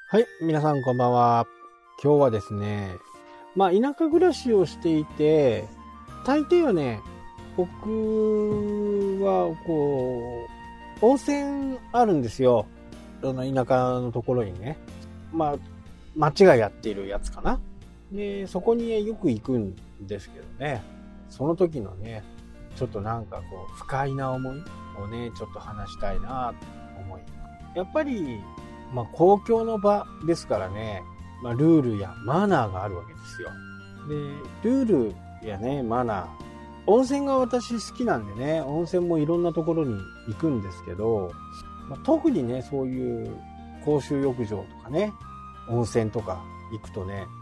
はい、皆さんこんばんは。今日はですね、田舎暮らしをしていて、大抵はね、僕は温泉あるんですよ。田舎のところにね。町がやっているやつかな。で、そこに、ね、よく行くんですけどね、その時のね、ちょっと不快な思いをね、ちょっと話したいなと思い。やっぱり、公共の場ですからね、ルールやマナーがあるわけですよ。で、ルールやね、マナー。温泉が私好きなんでね、温泉もいろんなところに行くんですけど、特にね、そういう公衆浴場とかね、温泉とか行くとね、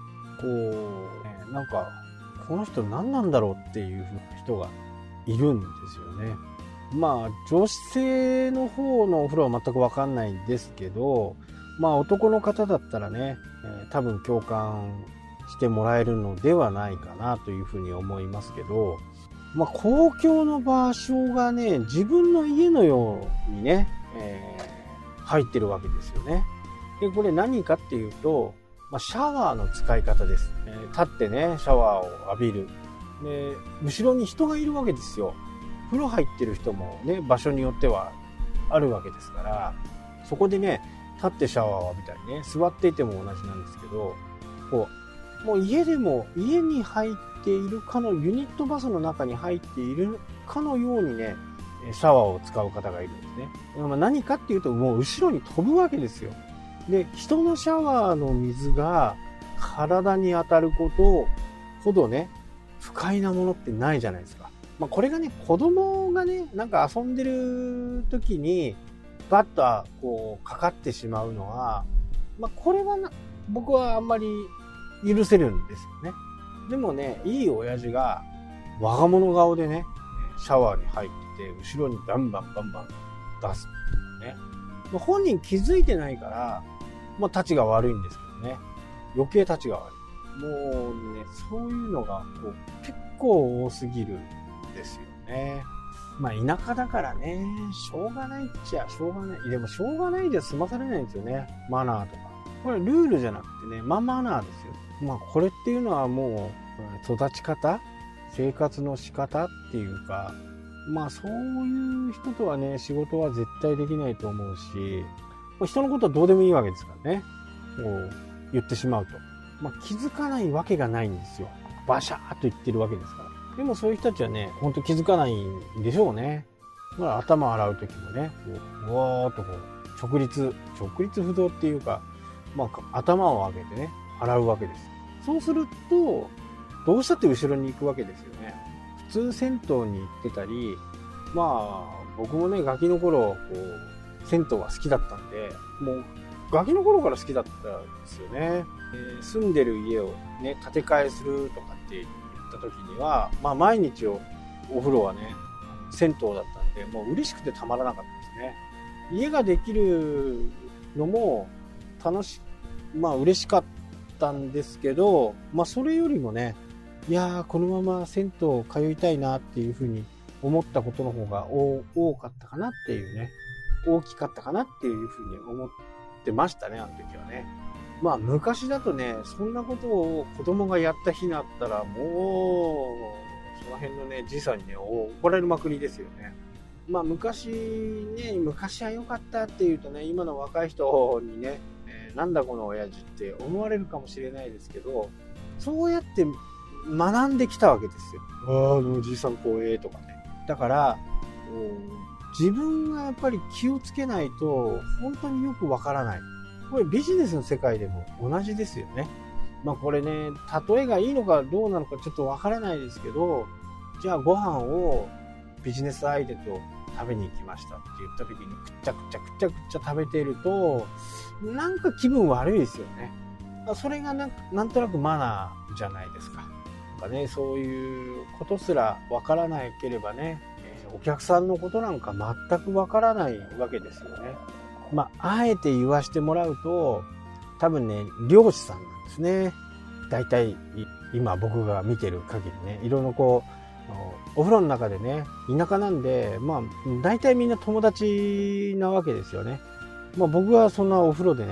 この人何なんだろうっていう人がいるんですよね。女性の方のお風呂は全く分かんないんですけど、男の方だったらね、多分共感してもらえるのではないかなというふうに思いますけど、公共の場所がね、自分の家のようにね、入ってるわけですよね。で、これ何かっていうと、シャワーの使い方です。立ってね、シャワーを浴びる。で、後ろに人がいるわけですよ。風呂入ってる人もね、場所によってはあるわけですから、そこでね、立ってシャワーを浴びたりね、座っていても同じなんですけど、もう家でも家に入っているかの、ユニットバスの中に入っているかのようにね、シャワーを使う方がいるんですね。何かっていうと、もう後ろに飛ぶわけですよ。で、人のシャワーの水が体に当たることほどね、不快なものってないじゃないですか。これがね、子供がね、遊んでる時にバッとかかってしまうのは、これは僕はあんまり許せるんですよね。でもね、いい親父が我が物顔でね、シャワーに入ってて、後ろにバンバン出すね。本人気づいてないから、立ちが悪いんですけどね。余計立ちが悪い。もうね、そういうのが結構多すぎるんですよね。田舎だからね、しょうがないっちゃしょうがない。でもしょうがないで済まされないんですよね。マナーとか。これルールじゃなくてね、マナーですよ。これっていうのはもう、育ち方、生活の仕方っていうか、そういう人とはね、仕事は絶対できないと思うし、人のことはどうでもいいわけですからね。言ってしまうと。気づかないわけがないんですよ。バシャーっと言ってるわけですから。でもそういう人たちはね、ほんと気づかないんでしょうね。頭洗う時もね、うわーっと直立不動っていうか、頭を上げてね、洗うわけです。そうすると、どうしたって後ろに行くわけですよね。普通銭湯に行ってたり、僕もね、ガキの頃、銭湯が好きだったんで、もう、ガキの頃から好きだったんですよね。住んでる家をね、建て替えするとかって言った時には、毎日お風呂はね、銭湯だったんで、もう嬉しくてたまらなかったですね。家ができるのも嬉しかったんですけど、それよりもね、いやー、このまま銭湯通いたいなっていうふうに思ったことの方が多かったかなっていうね、大きかったかなっていうふうに思ってましたね、あの時はね。昔だとね、そんなことを子供がやった日になったら、もう、その辺のね、じいさんにね、怒られまくりですよね。昔は良かったっていうとね、今の若い人にね、なんだこの親父って思われるかもしれないですけど、そうやって学んできたわけですよ。あのじいさん怖えとかね。だから、自分がやっぱり気をつけないと本当によくわからない。これビジネスの世界でも同じですよね。これね、例えがいいのかどうなのかちょっとわからないですけど、じゃあご飯をビジネス相手と食べに行きましたって言った時にくっちゃ食べていると、気分悪いですよね。それがなんとなくマナーじゃないですか。そういうことすらわからなければね、お客さんのことなんか全くわからないわけですよね。あえて言わしてもらうと、多分ね、漁師さんなんですね。だいたい今僕が見てる限りね、いろいろお風呂の中でね、田舎なんで、だいたいみんな友達なわけですよね。僕はそんなお風呂でね、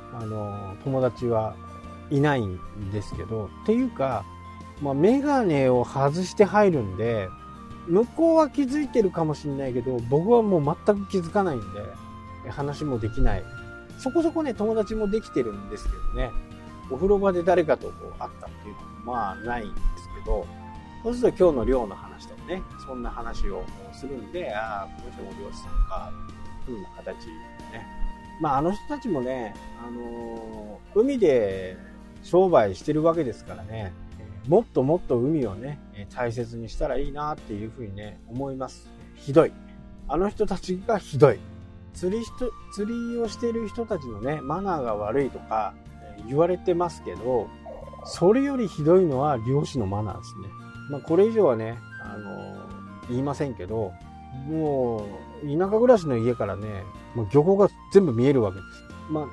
友達はいないんですけど、っていうか、メガネを外して入るんで、向こうは気づいてるかもしれないけど、僕はもう全く気づかないんで、話もできない。そこそこね、友達もできてるんですけどね、お風呂場で誰かと会ったっていうのもないんですけど、そうすると今日の漁の話とかね、そんな話をするんで、ああ、この人も漁師さんか、というふうな形でね。あの人たちもね、海で商売してるわけですからね、もっともっと海をね、大切にしたらいいなっていうふうにね、思います。ひどい。あの人たちがひどい。釣りをしてる人たちのね、マナーが悪いとか言われてますけど、それよりひどいのは漁師のマナーですね。これ以上はね、言いませんけど、もう田舎暮らしの家からね、もう漁港が全部見えるわけです。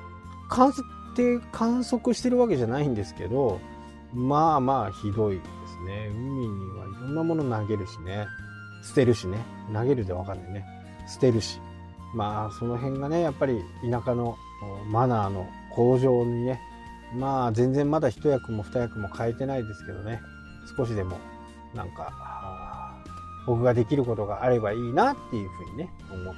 観測してるわけじゃないんですけど、ひどいですね。海にはいろんなもの投げるしね、捨てるしね、投げるでわかんないね、捨てるし、その辺がね、やっぱり田舎のマナーの向上にね、全然まだ一役も二役も変えてないですけどね、少しでもなんか僕ができることがあればいいなっていうふうにね思って、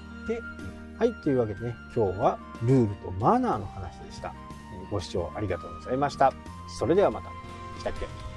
はい、というわけでね、今日はルールとマナーの話でした。ご視聴ありがとうございました。それではまた。したっけ。